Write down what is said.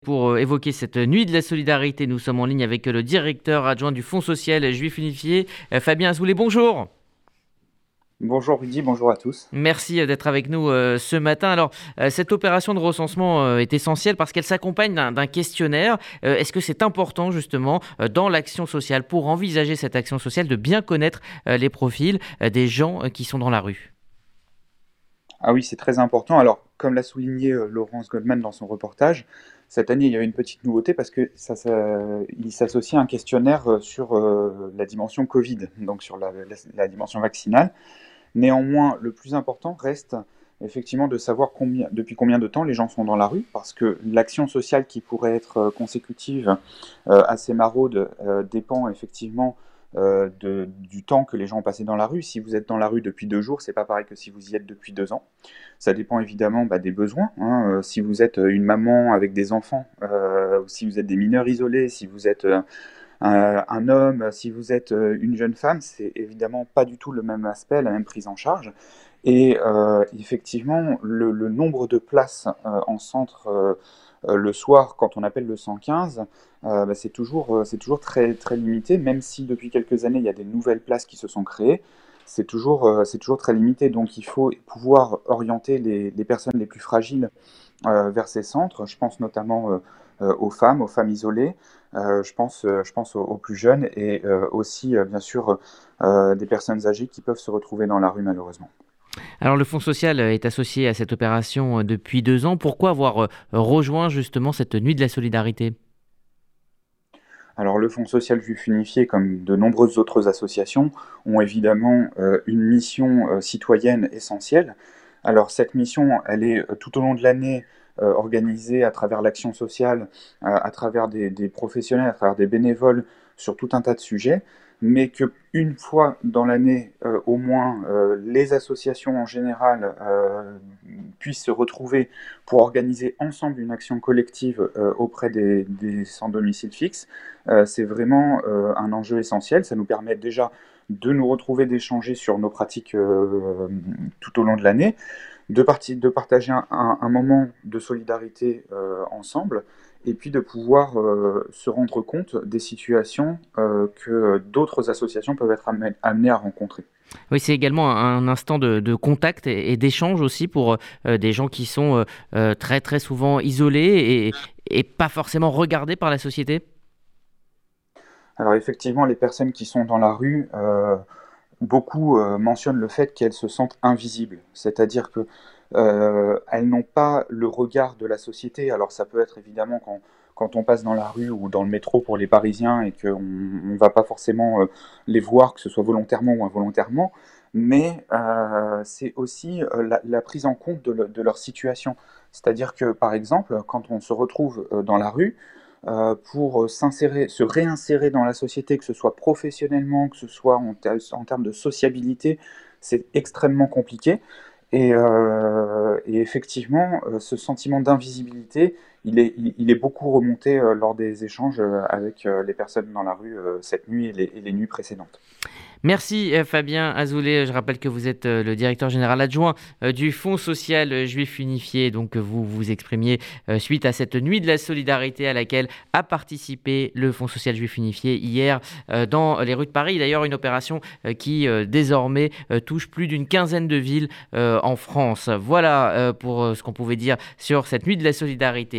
Pour évoquer cette nuit de la solidarité, nous sommes en ligne avec le directeur adjoint du Fonds social juif unifié, Fabien Azoulay. Bonjour. Bonjour Rudy, bonjour à tous. Merci d'être avec nous ce matin. Alors, cette opération de recensement est essentielle parce qu'elle s'accompagne d'un questionnaire. Est-ce que c'est important justement dans l'action sociale, pour envisager cette action sociale, de bien connaître les profils des gens qui sont dans la rue? Ah oui, c'est très important. Alors, comme l'a souligné Laurence Goldman dans son reportage, cette année, il y a une petite nouveauté parce que il s'associe à un questionnaire sur la dimension Covid, donc sur la dimension vaccinale. Néanmoins, le plus important reste effectivement de savoir depuis combien de temps les gens sont dans la rue, parce que l'action sociale qui pourrait être consécutive à ces maraudes dépend effectivement du temps que les gens ont passé dans la rue. Si vous êtes dans la rue depuis 2 jours, c'est pas pareil que si vous y êtes depuis 2 ans. Ça dépend évidemment des besoins, hein. Si vous êtes une maman avec des enfants, si vous êtes des mineurs isolés, si vous êtes un homme, si vous êtes une jeune femme, c'est évidemment pas du tout le même aspect, la même prise en charge. Et effectivement, le nombre de places en centre le soir, quand on appelle le 115, c'est toujours très, très limité, même si depuis quelques années, il y a des nouvelles places qui se sont créées. C'est toujours très limité, donc il faut pouvoir orienter les personnes les plus fragiles vers ces centres. Je pense notamment aux femmes isolées. Je pense aux plus jeunes et aussi, bien sûr, des personnes âgées qui peuvent se retrouver dans la rue, malheureusement. Alors, le Fonds social est associé à cette opération depuis 2 ans. Pourquoi avoir rejoint justement cette nuit de la solidarité? Alors, le Fonds social juif unifié, comme de nombreuses autres associations, ont évidemment une mission citoyenne essentielle. Alors, cette mission, elle est tout au long de l'année organisée à travers l'action sociale, à travers des professionnels, à travers des bénévoles sur tout un tas de sujets, mais qu'une fois dans l'année, au moins, les associations en général puissent se retrouver pour organiser ensemble une action collective auprès des sans domicile fixe. C'est vraiment un enjeu essentiel. Ça nous permet déjà de nous retrouver, d'échanger sur nos pratiques tout au long de l'année, de partager un moment de solidarité ensemble, et puis de pouvoir se rendre compte des situations que d'autres associations peuvent être amenées à rencontrer. Oui, c'est également un instant de contact et d'échange aussi pour des gens qui sont très très souvent isolés et pas forcément regardés par la société. Alors effectivement, les personnes qui sont dans la rue, beaucoup mentionnent le fait qu'elles se sentent invisibles, c'est-à-dire que elles n'ont pas le regard de la société. Alors ça peut être évidemment quand on passe dans la rue ou dans le métro pour les Parisiens et qu'on ne va pas forcément les voir, que ce soit volontairement ou involontairement, mais c'est aussi la prise en compte de leur situation. C'est-à-dire que par exemple, quand on se retrouve dans la rue, pour se réinsérer dans la société, que ce soit professionnellement, que ce soit en termes de sociabilité, c'est extrêmement compliqué. Et effectivement, ce sentiment d'invisibilité, il est beaucoup remonté lors des échanges avec les personnes dans la rue cette nuit et les nuits précédentes. Merci Fabien Azoulay. Je rappelle que vous êtes le directeur général adjoint du Fonds social juif unifié. Donc vous vous exprimiez suite à cette nuit de la solidarité à laquelle a participé le Fonds social juif unifié hier dans les rues de Paris. D'ailleurs, une opération qui désormais touche plus d'une quinzaine de villes en France. Voilà pour ce qu'on pouvait dire sur cette nuit de la solidarité.